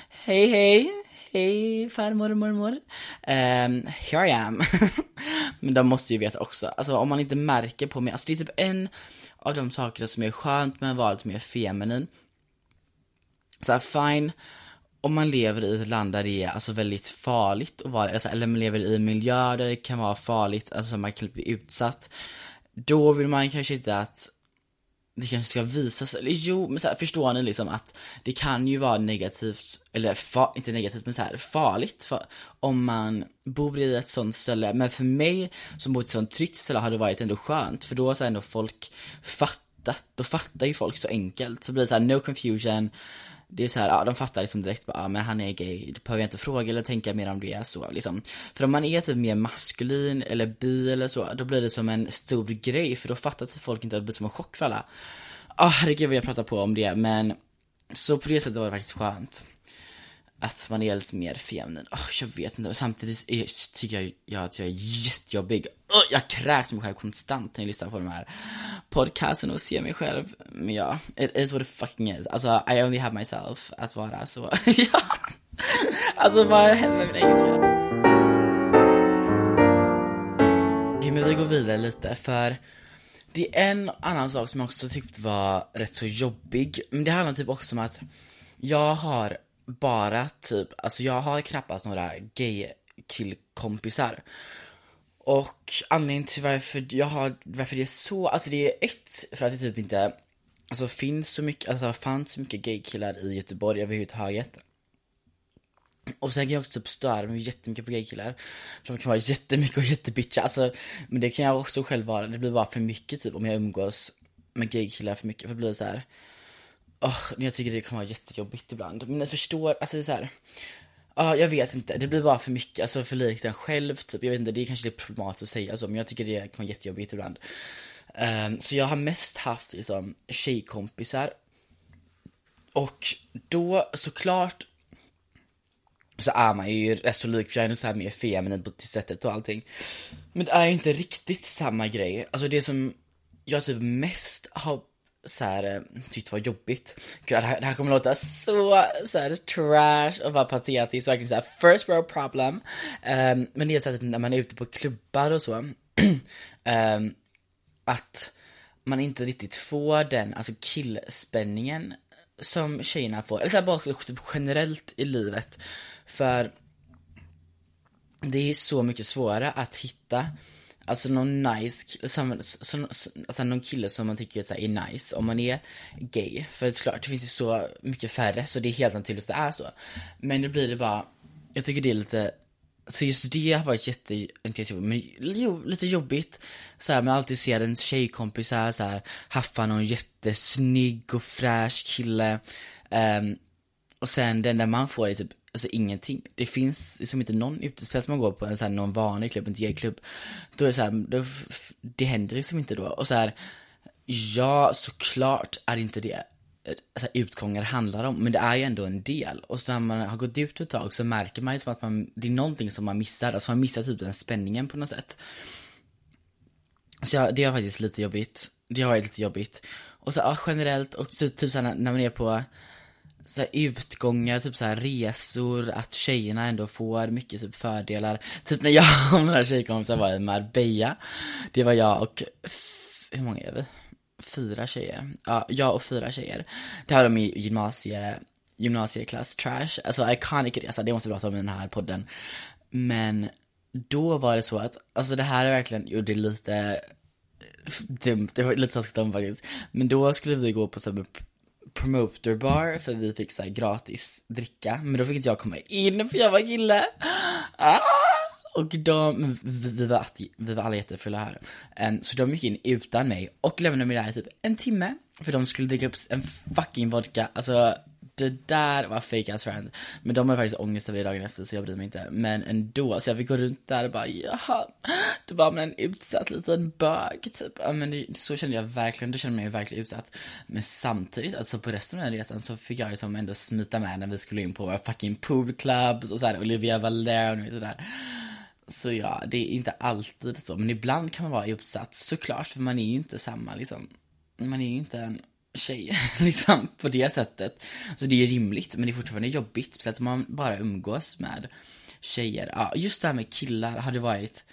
Hej farmor och mormor. Here I am. Men de måste ju veta också. Alltså om man inte märker på mig, alltså det är typ en av de sakerna som är skönt med att vara lite mer feminin. Så här, fine, om man lever i ett land där det är alltså väldigt farligt att vara, alltså, eller man lever i en miljö där det kan vara farligt, alltså man kan bli utsatt, då vill man kanske inte att det kanske ska visas, eller jo, men så här, förstår ni liksom att det kan ju vara negativt, eller inte negativt, men så här farligt om man bor i ett sånt ställe. Men för mig som bor i ett sånt tryggt ställe har det varit ändå skönt, för då så ändå folk då fattar ju folk så enkelt, så blir det så här no confusion. Det är så här, de fattar liksom direkt bara, men han är gay, det behöver jag inte fråga eller tänka mer om det, så liksom. För om man är typ mer maskulin eller bi eller så, då blir det som en stor grej, för då fattar typ folk inte att det blir som en chock för alla. Herregud vad jag pratar på om det, men så på det sättet var det faktiskt skönt att man är lite mer feminin. Jag vet inte, och samtidigt tycker jag att jag är jättejobbig. Jag kräks mig själv konstant när jag lyssnar på de här podcasten och ser mig själv. Men ja, it is what it fucking is. Alltså, I only have myself att vara så. Ja. Alltså, vad händer med min engelska? Okej, men vi går vidare lite, för det är en annan sak som jag också tyckte var rätt så jobbig. Men det handlar typ också om att jag har bara typ, alltså jag har knappast några gay killkompisar. Och anledningen till varför det är så, alltså det är för att det typ inte, alltså fanns så mycket gaykillar i Göteborg överhuvudtaget. Och sen kan jag också typ störa mig jättemycket på gaykillar, för de kan vara jättemycket och jättebitcha, alltså, men det kan jag också själv vara. Det blir bara för mycket typ om jag umgås med gaykillar för mycket, för det blir så här. Jag tycker det kan vara jättejobbigt ibland. Men jag förstår, alltså det är så här. Jag vet inte, det blir bara för mycket, alltså för likt en själv typ. Jag vet inte, det är kanske lite problematiskt att säga så, men jag tycker det kan vara jättejobbigt ibland. Så jag har mest haft liksom tjejkompisar. Och då såklart så är man ju resolik, för jag är så här mer feminin på det sättet och allting. Men det är inte riktigt samma grej. Alltså det som jag typ mest har så här tyckte var jobbigt. Gud, det här kommer låta så här trash och vara patetiskt, verkligen så här first world problem. Men det är så att när man är ute på klubbar och så att man inte riktigt får den, alltså killspänningen som tjejerna får, eller så här bara typ generellt i livet, för det är så mycket svårare att hitta alltså någon nice, alltså någon kille som man tycker så här är nice om man är gay. För det är klart, det finns ju så mycket färre, så det är helt naturligt att det är så. Men då blir det bara, jag tycker det är lite, så just det har varit lite jobbigt. Så här, man alltid ser en tjejkompis så här haffa någon jättesnygg och fräsch kille. Och sen den där man får är typ alltså ingenting. Det finns liksom inte någon utespel som man går på en så här, någon vanlig klubb, en gay-klubb. Då är det så här, det händer liksom inte då. Och så här, ja, såklart är inte det alltså, utgångar handlar om, men det är ju ändå en del. Och så när man har gått ut ett tag så märker man ju som att det är någonting som man missar. Alltså man missar typ den spänningen på något sätt. Så ja, det är faktiskt lite jobbigt. Det har varit lite jobbigt. Och så ja, generellt, och så, typ så här, när man är på så här, utgångar, typ så här resor, att tjejerna ändå får mycket typ fördelar. Typ när jag och mina tjejkompisar var i Marbella. Det var jag och hur många är vi? 4 tjejer. Ja, jag och 4 tjejer. Det här var de i gymnasieklass trash. Alltså iconic resa, det måste vi prata om i den här podden. Men då var det så att, alltså det här är verkligen, jo det är lite dumt, det var lite taskigt om faktiskt. Men då skulle vi gå på så här promoter bar, för vi fick så här gratis dricka. Men då fick inte jag komma in för jag var kille. Och vi var alla jättefulla här. Så de gick in utan mig och lämnade mig där i typ en timme, för de skulle dricka upp en fucking vodka. Alltså det där var fake as friend. Men de har faktiskt ångest över det dagen efter, så jag bryr mig inte. Men ändå, så jag fick gå runt där och bara, jaha, det var med en utsatt liten bög typ. Ja, men så kände jag verkligen, då kände jag mig verkligen utsatt. Men samtidigt, alltså på resten av den resan så fick jag liksom ändå smita med när vi skulle in på fucking pool clubs och så här, Olivia Valère och det där. Så ja, det är inte alltid så, men ibland kan man vara utsatt, såklart, för man är ju inte samma liksom. Man är ju inte en tjej liksom på det sättet. Så det är rimligt, men det är fortfarande jobbigt, speciellt om man bara umgås med tjejer. Ja, just det här med killar hade varit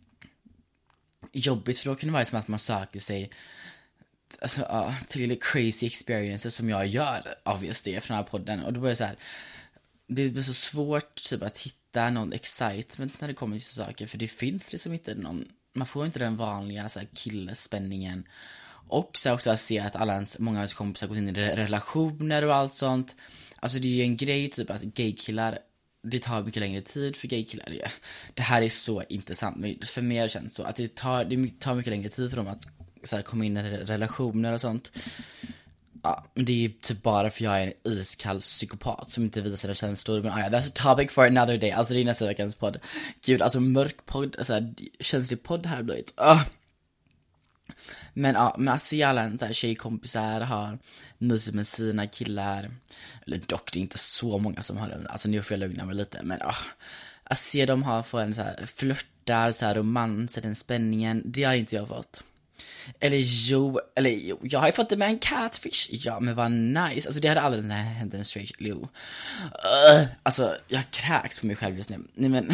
jobbigt, för då kan det vara som att man söker sig alltså, till crazy experiences som jag gör av just det från den här podden. Och då blir det så här, det blir så svårt typ att hitta någon excitement när det kommer till vissa saker, för det finns liksom inte någon, man får inte den vanliga så här killespänningen. Och så också att se att många av ens kompisar gått in i relationer och allt sånt. Alltså det är ju en grej typ att gaykillar, det tar mycket längre tid för gaykillar. Det här är så intressant, men för mig har det känts så att det tar mycket längre tid för dem att så här, komma in i relationer och sånt. Ja, det är typ bara för jag är en iskall psykopat som inte visar sina känslor. Men that's a topic for another day. Alltså det är nästa veckans podd. Gud, alltså mörk podd, alltså känslig podd här blivit. Men ja, men att se alla en så här tjejkompisar har mysigt med sina killar. Eller dock, det är inte så många som har det. Alltså nu får jag lugna mig lite. Men att se dem få en så här flörtar, så här romans, den spänningen, det har inte jag fått. Eller jo, jag har ju fått det med en catfish. Ja, men vad nice. Alltså det hade aldrig hänt en straight Leo. Alltså, jag kräks på mig själv just nu. Nej men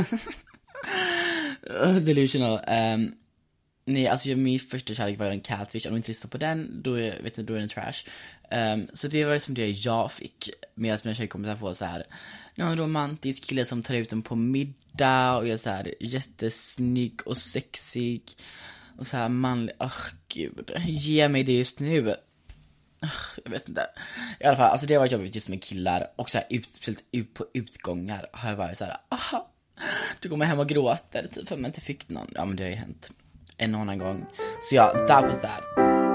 delusional. Nej, alltså min första kärlek var en catfish. Om du inte lyssnar på den, då är den trash. Så det var som det jag fick. Med att mina tjejkompisar får så här någon romantisk kille som tar ut dem på middag och är så här jättesnygg och sexig och så här manlig. Gud, ge mig det just nu. Jag vet inte. I alla fall, alltså det var jobbigt just med killar. Och så här, speciellt på utgångar har jag varit så här, du kommer hem och gråter typ för man inte fick någon. Ja, men det har ju hänt en annan gång. Så ja, that was that.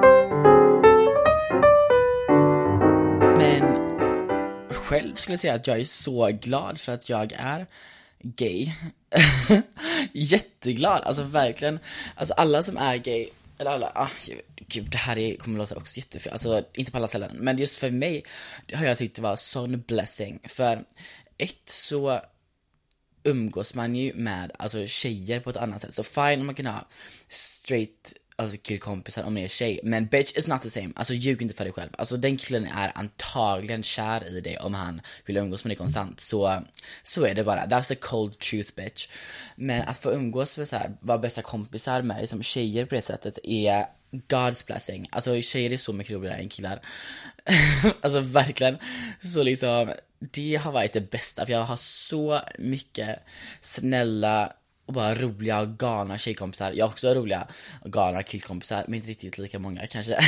Men själv skulle jag säga att jag är så glad för att jag är gay. Jätteglad, alltså verkligen. Alltså alla som är gay, eller alla, gud, det här kommer låta också jättefel. Alltså inte på alla ställen, men just för mig har jag tyckt det var sån blessing. För så umgås man ju med alltså tjejer på ett annat sätt. Så fine om man kan ha straight alltså killkompisar om ni är tjej. Men bitch is not the same. Alltså ljug inte för dig själv. Alltså den killen är antagligen kär i dig om han vill umgås med dig konstant. Så är det bara. That's the cold truth, bitch. Men att få umgås med så här, vara bästa kompisar med liksom tjejer på det sättet är God's blessing. Alltså tjejer är så mycket roligare än killar. Alltså verkligen. Så liksom, det har varit det bästa. För jag har så mycket snälla och bara roliga och galna tjejkompisar. Jag har också roliga och galna killkompisar, men inte riktigt lika många kanske.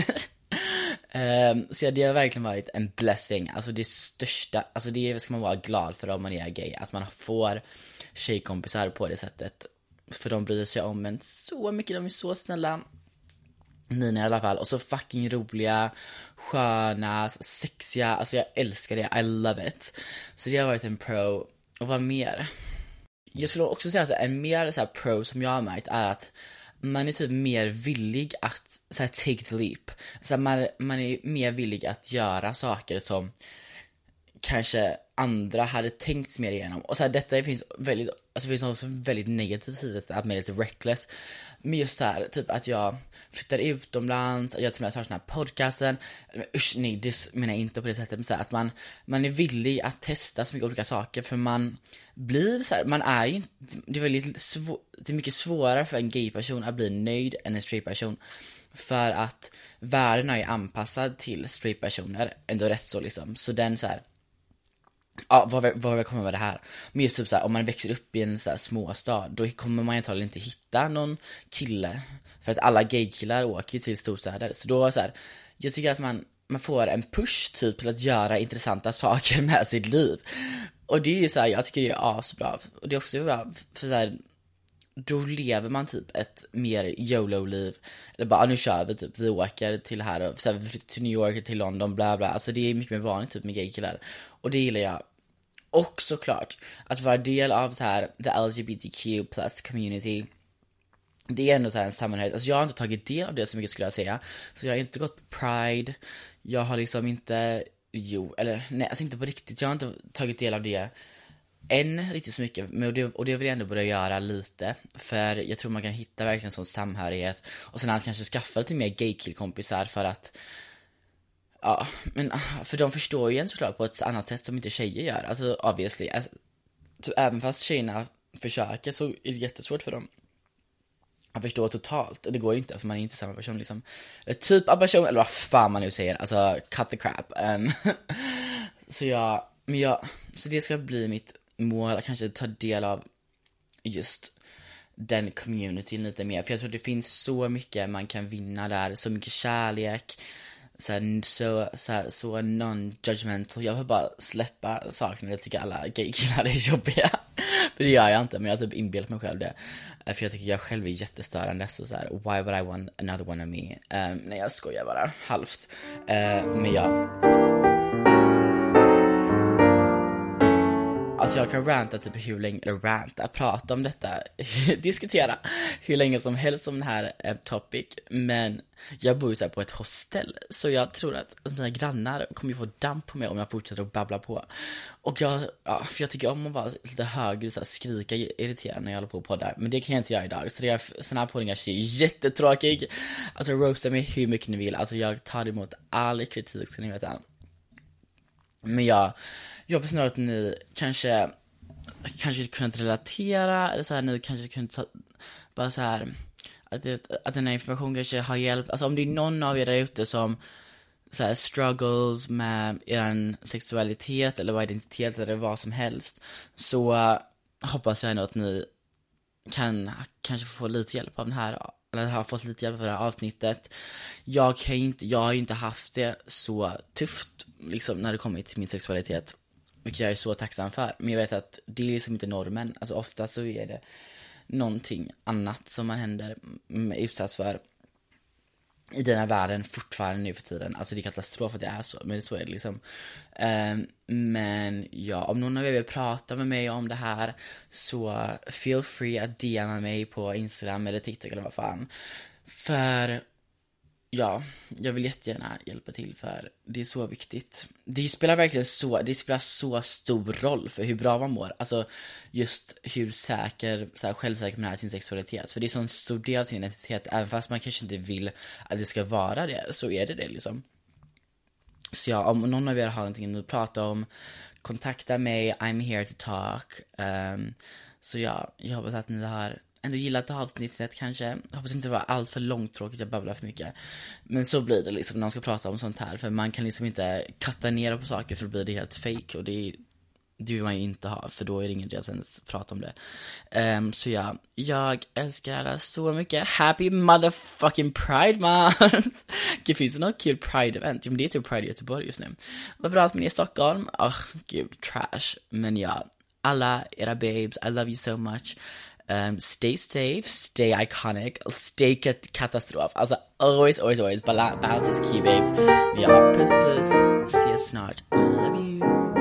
Så det har verkligen varit en blessing. Alltså det största, alltså det ska man vara glad för om man är gay, att man får tjejkompisar på det sättet. För de bryr sig om en så mycket, de är så snälla. Mina i alla fall. Och så fucking roliga, sköna, sexiga. Alltså jag älskar det, I love it. Så det har varit en pro. Och vad mer? Jag skulle också säga att en mer så här pro som jag har märkt är att man är typ mer villig att så här, take the leap. Så här, man är mer villig att göra saker som kanske andra hade tänkt mer igenom. Och så här, detta finns väldigt, alltså det finns också väldigt negativt sida, att man är lite reckless. Men just så här, typ att jag flyttar utomlands, att jag till och med tar den här podcasten. Usch, nej, det menar jag inte på det sättet. Men så här, att man är villig att testa så mycket olika saker. För man blir så här, man är ju, det är väldigt det är mycket svårare för en gay-person att bli nöjd än en straight-person. För att världen är ju anpassad till straight-personer, ändå rätt så liksom. Så den så här, ja, vad jag kommer med det här. Men just typ så här, om man växer upp i en så här småstad, då kommer man antagligen inte hitta någon kille. För att alla gaykillar åker till storstäder. Så då så här, jag tycker att man får en push typ till att göra intressanta saker med sitt liv. Och det är ju så här, jag tycker det är asbra. Och det är också bra, för så här, då lever man typ ett mer YOLO-liv. Eller bara, nu kör vi typ, vi åker till här och så här, vi flyttar till New York, till London, bla bla. Alltså det är mycket mer vanligt typ med gaykillar. Och det gillar jag. Och såklart, att vara del av så här the LGBTQ plus community. Det är ändå så här en sammanhang. Alltså jag har inte tagit del av det så mycket, skulle jag säga. Så jag har inte gått på Pride. Jag har liksom inte, nej, alltså inte på riktigt. Jag har inte tagit del av det än riktigt så mycket, och det vill jag ändå börja göra lite. För jag tror man kan hitta verkligen sån samhörighet. Och sen att kanske skaffa lite mer gay-killkompisar, för att ja, men för de förstår ju en såklart på ett annat sätt som inte tjejer gör. Alltså obviously, alltså, så även fast tjejerna försöker så är det jättesvårt för dem att förstå totalt. Och det går ju inte, för man är inte samma person liksom. Eller typ av person, eller vad fan man nu säger. Alltså cut the crap. Så det ska bli mitt mål, att kanske ta del av just den communityn lite mer. För jag tror det finns så mycket man kan vinna där. Så mycket kärlek, så non-judgmental. Jag vill bara släppa sakerna. Jag tycker alla gaykillar är jobbiga. För det gör jag inte, men jag har typ inbillat mig själv det. För jag tycker jag själv är jättestörande. Så här, why would I want another one of me? Nej, jag skojar bara, halvt. Men ja. Alltså jag kan ranta typ hur länge, eller prata om detta, diskutera hur länge som helst om den här topic. Men jag bor ju så här på ett hostel, så jag tror att mina grannar kommer ju få damp på mig om jag fortsätter att babbla på. Och för jag tycker om att vara lite högre, så här, skrika irriterande när jag håller på och poddar. Men det kan jag inte göra idag, så det är sån här podding är jättetråkig. Alltså roasta mig hur mycket ni vill, alltså jag tar emot all kritik, ska ni veta. Men jag hoppas nog att ni kanske kunnat relatera, eller så här, ni kanske kunde bara så här att den här informationen kanske har hjälpt. Alltså om det är någon av er där ute som så här struggles med er sexualitet eller identitet eller vad som helst, så hoppas jag ändå att ni kan kanske få lite hjälp av den här, eller har fått lite hjälp av det här avsnittet. Jag har ju inte haft det så tufft liksom när det kommer till min sexualitet, vilket jag är så tacksam för. Men jag vet att det är liksom inte normen. Alltså ofta så är det någonting annat som man utsatts för i den här världen fortfarande nu för tiden. Alltså det är katastrof att det är så, men så är det liksom. Men ja, om någon av er vill prata med mig om det här, så feel free att DMa mig på Instagram eller TikTok eller vad fan. För ja, jag vill jättegärna hjälpa till för det är så viktigt. Det spelar så stor roll för hur bra man mår. Alltså just hur självsäker man är i sin sexualitet. För det är så en stor del av sin identitet, även fast man kanske inte vill att det ska vara det, så är det liksom. Så ja, om någon av er har någonting att prata om, kontakta mig, I'm here to talk. Så ja, jag hoppas att ni har ändå gillat avsnittet kanske. Jag hoppas inte det var allt för långtråkigt, jag babblar för mycket. Men så blir det liksom när man ska prata om sånt här. För man kan liksom inte kasta ner på saker, för då blir det helt fake. Och det vill man ju inte ha, för då är det ingen idé att ens prata om det. Så ja, jag älskar alla så mycket. Happy motherfucking Pride month! Det finns det något kul Pride-event? Jo, men det är typ Pride i Göteborg just nu. Vad bra att man är i Stockholm. Gud, trash. Men ja, alla era babes, I love you so much. Stay safe, stay iconic, stay katastrof. Alltså always balance is key, babes. Men ja, puss, ses snart. Love you.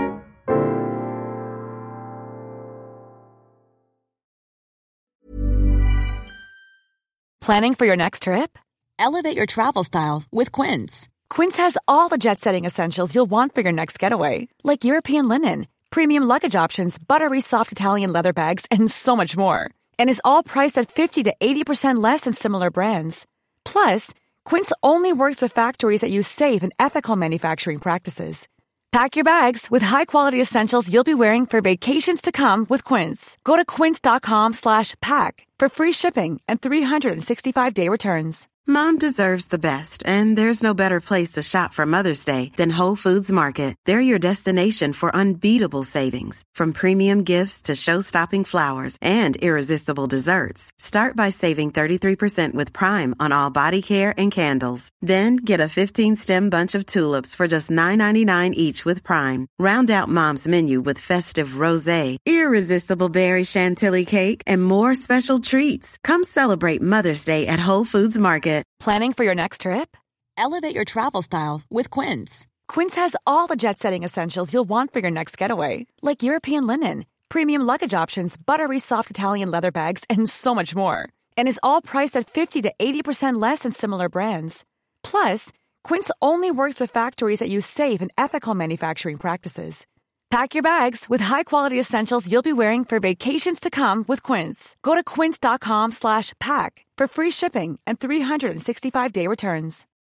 Planning for your next trip? Elevate your travel style with Quince. Quince has all the jet-setting essentials you'll want for your next getaway, like European linen, premium luggage options, buttery soft Italian leather bags, and so much more. And is all priced at 50 to 80% less than similar brands. Plus, Quince only works with factories that use safe and ethical manufacturing practices. Pack your bags with high-quality essentials you'll be wearing for vacations to come with Quince. Go to quince.com/pack for free shipping and 365-day returns. Mom deserves the best, and there's no better place to shop for Mother's Day than Whole Foods Market. They're your destination for unbeatable savings, from premium gifts to show-stopping flowers and irresistible desserts. Start by saving 33% with Prime on all body care and candles. Then get a 15-stem bunch of tulips for just $9.99 each with Prime. Round out Mom's menu with festive rosé, irresistible berry chantilly cake, and more special treats. Come celebrate Mother's Day at Whole Foods Market. Planning for your next trip? Elevate your travel style with Quince. Quince has all the jet-setting essentials you'll want for your next getaway, like European linen, premium luggage options, buttery soft Italian leather bags, and so much more. And is all priced at 50 to 80% less than similar brands. Plus, Quince only works with factories that use safe and ethical manufacturing practices. Pack your bags with high-quality essentials you'll be wearing for vacations to come with Quince. Go to quince.com/pack for free shipping and 365-day returns.